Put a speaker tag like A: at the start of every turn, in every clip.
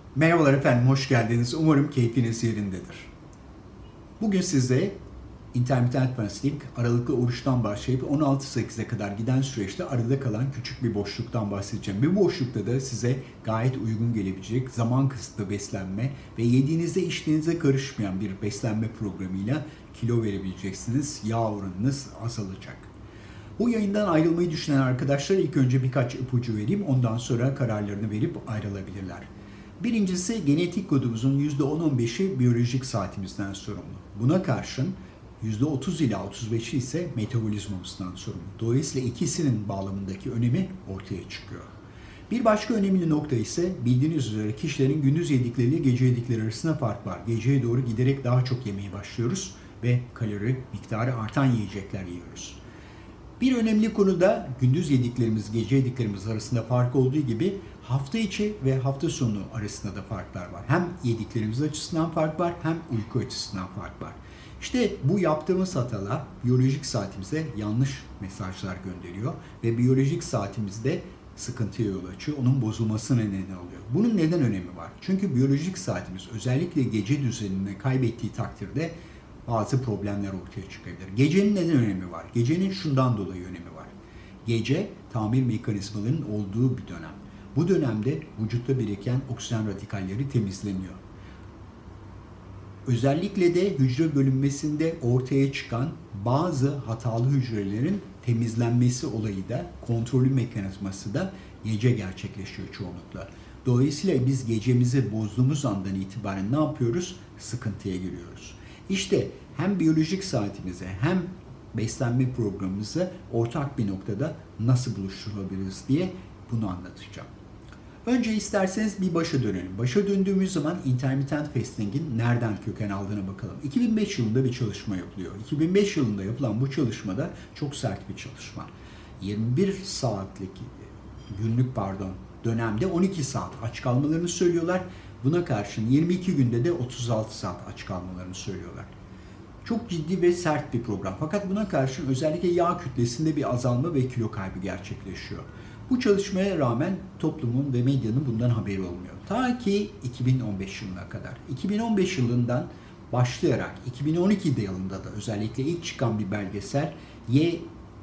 A: Merhabalar efendim, hoş geldiniz. Umarım keyfiniz yerindedir. Bugün size intermittent fasting, aralıklı oruçtan başlayıp 16-8'e kadar giden süreçte arada kalan küçük bir boşluktan bahsedeceğim. Bu boşlukta da size gayet uygun gelebilecek zaman kısıtlı beslenme ve yediğinizde içtiğinize karışmayan bir beslenme programıyla kilo verebileceksiniz. Yağ oranınız azalacak. Bu yayından ayrılmayı düşünen arkadaşlar ilk önce birkaç ipucu vereyim. Ondan sonra kararlarını verip ayrılabilirler. Birincisi genetik kodumuzun %10-15'i biyolojik saatimizden sorumlu. Buna karşın %30 ila 35'i ise metabolizmamızdan sorumlu. Dolayısıyla ikisinin bağlamındaki önemi ortaya çıkıyor. Bir başka önemli nokta ise bildiğiniz üzere kişilerin gündüz yedikleriyle gece yedikleri arasında fark var. Geceye doğru giderek daha çok yemeye başlıyoruz ve kalori miktarı artan yiyecekler yiyoruz. Bir önemli konu da gündüz yediklerimiz, gece yediklerimiz arasında fark olduğu gibi hafta içi ve hafta sonu arasında da farklar var. Hem yediklerimiz açısından fark var, hem uyku açısından fark var. İşte bu yaptığımız hatalar biyolojik saatimize yanlış mesajlar gönderiyor ve biyolojik saatimizde sıkıntıya yol açıyor. Onun bozulmasına neden oluyor. Bunun neden önemi var? Çünkü biyolojik saatimiz özellikle gece düzenini kaybettiği takdirde bazı problemler ortaya çıkabilir. Gecenin neden önemi var? Gecenin şundan dolayı önemi var. Gece tamir mekanizmalarının olduğu bir dönem. Bu dönemde vücutta biriken oksijen radikalleri temizleniyor. Özellikle de hücre bölünmesinde ortaya çıkan bazı hatalı hücrelerin temizlenmesi olayı da kontrolü mekanizması da gece gerçekleşiyor çoğunlukla. Dolayısıyla biz gecemizi bozduğumuz andan itibaren ne yapıyoruz? Sıkıntıya giriyoruz. İşte hem biyolojik saatimize hem beslenme programımızı ortak bir noktada nasıl buluşturabiliriz diye bunu anlatacağım. Önce isterseniz bir başa dönelim. Başa döndüğümüz zaman intermittent fasting'in nereden köken aldığına bakalım. 2005 yılında bir çalışma yapılıyor. 2005 yılında yapılan bu çalışmada çok sert bir çalışma. 21 saatlik günlük dönemde 12 saat aç kalmalarını söylüyorlar. Buna karşın 22 günde de 36 saat aç kalmalarını söylüyorlar. Çok ciddi ve sert bir program. Fakat buna karşın özellikle yağ kütlesinde bir azalma ve kilo kaybı gerçekleşiyor. Bu çalışmaya rağmen toplumun ve medyanın bundan haberi olmuyor. Ta ki 2015 yılına kadar. 2015 yılından başlayarak 2012 yılında da özellikle ilk çıkan bir belgesel Ye,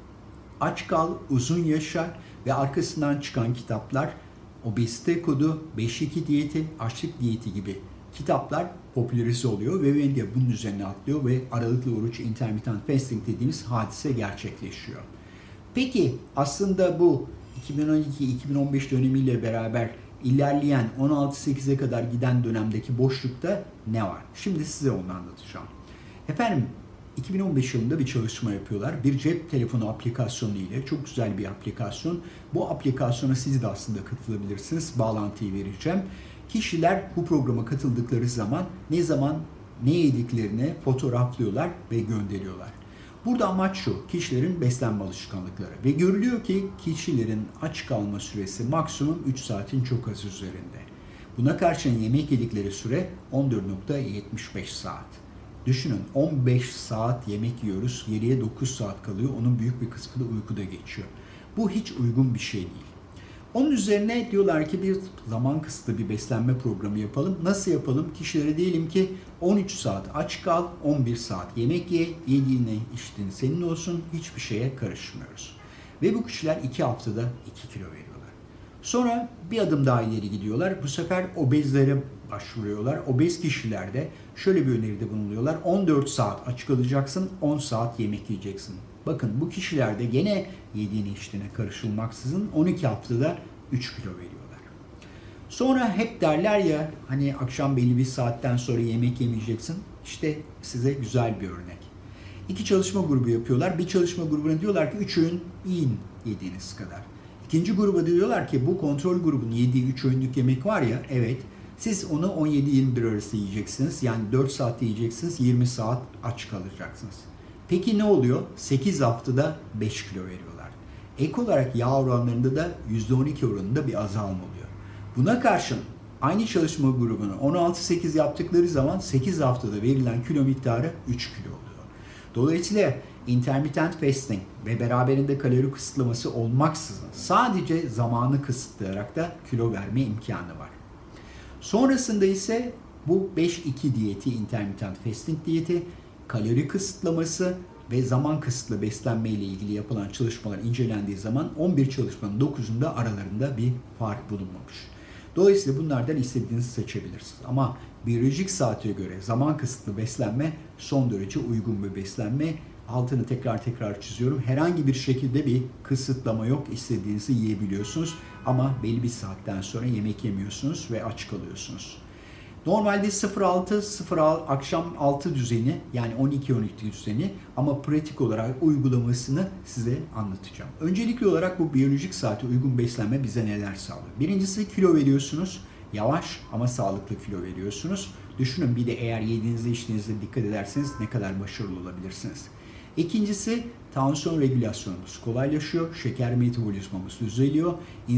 A: Aç Kal, Uzun Yaşa ve arkasından çıkan kitaplar Obezite Kodu, 5-2 Diyeti, Açlık Diyeti gibi kitaplar popülerize oluyor ve medya bunun üzerine atlıyor ve aralıklı oruç intermittent fasting dediğimiz hadise gerçekleşiyor. Peki aslında bu 2012-2015 dönemiyle beraber ilerleyen 16-8'e kadar giden dönemdeki boşlukta ne var? Şimdi size onu anlatacağım. Efendim 2015 yılında bir çalışma yapıyorlar. Bir cep telefonu aplikasyonu ile çok güzel bir aplikasyon. Bu aplikasyona siz de aslında katılabilirsiniz. Bağlantıyı vereceğim. Kişiler bu programa katıldıkları zaman ne yediklerini fotoğraflıyorlar ve gönderiyorlar. Burada amaç şu, kişilerin beslenme alışkanlıkları ve görülüyor ki kişilerin aç kalma süresi maksimum 3 saatin çok az üzerinde. Buna karşın yemek yedikleri süre 14.75 saat. Düşünün 15 saat yemek yiyoruz, geriye 9 saat kalıyor, onun büyük bir kısmı da uykuda geçiyor. Bu hiç uygun bir şey değil. Onun üzerine diyorlar ki bir zaman kısıtlı bir beslenme programı yapalım. Nasıl yapalım? Kişilere diyelim ki 13 saat aç kal, 11 saat yemek ye, yediğini içtiğin senin olsun, hiçbir şeye karışmıyoruz. Ve bu kişiler 2 haftada 2 kilo veriyorlar. Sonra bir adım daha ileri gidiyorlar. Bu sefer obezlere başvuruyorlar. Obez kişilerde şöyle bir öneride bulunuyorlar. 14 saat aç kalacaksın, 10 saat yemek yiyeceksin. Bakın bu kişilerde gene yediğine içtiğine karışılmaksızın 12 haftada 3 kilo veriyorlar. Sonra hep derler ya hani akşam belli bir saatten sonra yemek yemeyeceksin. İşte size güzel bir örnek. 2 çalışma grubu yapıyorlar. Bir çalışma grubuna diyorlar ki 3 öğün yiyin yediğiniz kadar. İkinci gruba diyorlar ki bu kontrol grubunun yediği 3 öğünlük yemek var ya, evet, siz onu 17-21 arası yiyeceksiniz. Yani 4 saat yiyeceksiniz, 20 saat aç kalacaksınız. Peki ne oluyor? 8 haftada 5 kilo veriyorlar. Ek olarak yağ oranlarında da %12 oranında bir azalma oluyor. Buna karşın aynı çalışma grubunu 16-8 yaptıkları zaman 8 haftada verilen kilo miktarı 3 kilo oluyor. Dolayısıyla intermittent fasting ve beraberinde kalori kısıtlaması olmaksızın sadece zamanı kısıtlayarak da kilo verme imkanı var. Sonrasında ise bu 5-2 diyeti, intermittent fasting diyeti, kalori kısıtlaması ve zaman kısıtlı beslenme ile ilgili yapılan çalışmalar incelendiği zaman 11 çalışmanın 9'unda aralarında bir fark bulunmamış. Dolayısıyla bunlardan istediğinizi seçebilirsiniz. Ama biyolojik saate göre zaman kısıtlı beslenme son derece uygun bir beslenme. Altını tekrar çiziyorum. Herhangi bir şekilde bir kısıtlama yok. İstediğinizi yiyebiliyorsunuz. Ama belli bir saatten sonra yemek yemiyorsunuz ve aç kalıyorsunuz. Normalde 0-6 akşam 6 düzeni, yani 12-12 düzeni, ama pratik olarak uygulamasını size anlatacağım. Öncelikli olarak bu biyolojik saate uygun beslenme bize neler sağlıyor? Birincisi, kilo veriyorsunuz. Yavaş ama sağlıklı kilo veriyorsunuz. Düşünün, bir de eğer yediğinizde içtiğinizde dikkat ederseniz ne kadar başarılı olabilirsiniz. İkincisi, tansiyon regülasyonumuz kolaylaşıyor, şeker metabolizmamız düzeliyor,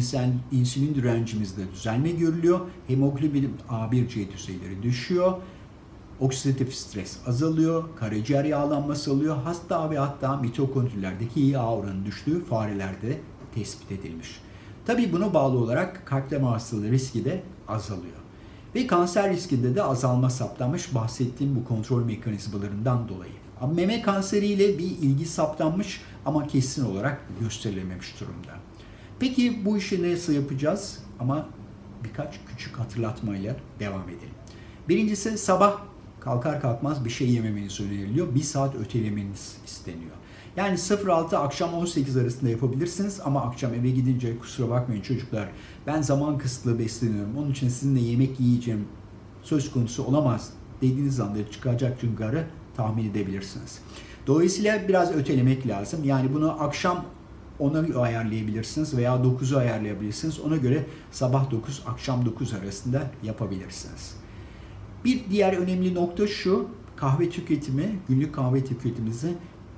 A: insülin direncimizde düzelme görülüyor, hemoglobin A1C düzeyleri düşüyor, oksidatif stres azalıyor, karaciğer yağlanması azalıyor, hatta mitokondrilerdeki yağ oranı düştüğü farelerde tespit edilmiş. Tabii buna bağlı olarak kalp damar hastalığı riski de azalıyor. Ve kanser riskinde de azalma saptanmış, bahsettiğim bu kontrol mekanizmalarından dolayı. Meme kanseriyle bir ilgi saptanmış ama kesin olarak gösterilememiş durumda. Peki bu işi nasıl yapacağız? Ama birkaç küçük hatırlatmayla devam edelim. Birincisi, sabah kalkar kalkmaz bir şey yememeniz öneriliyor. 1 saat ötelemeniz isteniyor. Yani 06 akşam 18 arasında yapabilirsiniz ama akşam eve gidince kusura bakmayın çocuklar, ben zaman kısıtlı besleniyorum, onun için sizinle yemek yiyeceğim söz konusu olamaz dediğiniz anda çıkacak cıngarı tahmin edebilirsiniz. Dolayısıyla biraz ötelemek lazım. Yani bunu akşam 10'a ayarlayabilirsiniz veya 9'u ayarlayabilirsiniz. Ona göre sabah 9, akşam 9 arasında yapabilirsiniz. Bir diğer önemli nokta şu: kahve tüketimi, günlük kahve tüketimimizi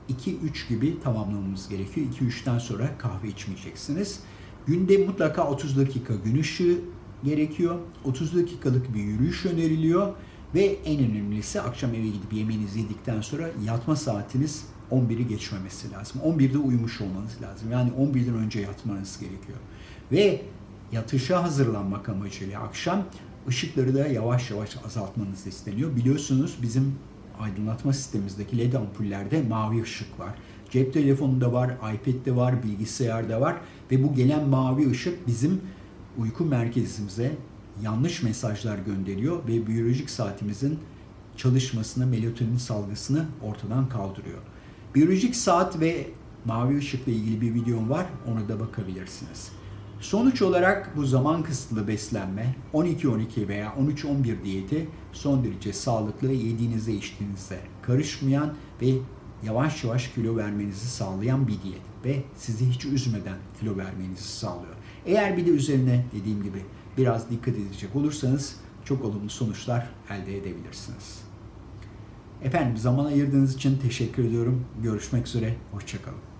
A: 2-3 gibi tamamlamamız gerekiyor. 2-3'ten sonra kahve içmeyeceksiniz. Günde mutlaka 30 dakika gün ışığı gerekiyor. 30 dakikalık bir yürüyüş öneriliyor. Ve en önemlisi, akşam eve gidip yemeğinizi yedikten sonra yatma saatiniz 11'i geçmemesi lazım. 11'de uyumuş olmanız lazım. Yani 11'den önce yatmanız gerekiyor. Ve yatışa hazırlanmak amacıyla akşam ışıkları da yavaş yavaş azaltmanız isteniyor. Biliyorsunuz bizim aydınlatma sistemimizdeki LED ampullerde mavi ışık var. Cep telefonunda var, iPad'de var, bilgisayarda var ve bu gelen mavi ışık bizim uyku merkezimize yanlış mesajlar gönderiyor ve biyolojik saatimizin çalışmasını, melatonin salgısını ortadan kaldırıyor. Biyolojik saat ve mavi ışıkla ilgili bir videom var, ona da bakabilirsiniz. Sonuç olarak bu zaman kısıtlı beslenme, 12-12 veya 13-11 diyeti son derece sağlıklı, yediğinizde içtiğinizde karışmayan ve yavaş yavaş kilo vermenizi sağlayan bir diyet ve sizi hiç üzmeden kilo vermenizi sağlıyor. Eğer bir de üzerine dediğim gibi biraz dikkat edecek olursanız çok olumlu sonuçlar elde edebilirsiniz. Efendim, zaman ayırdığınız için teşekkür ediyorum. Görüşmek üzere, hoşça kalın.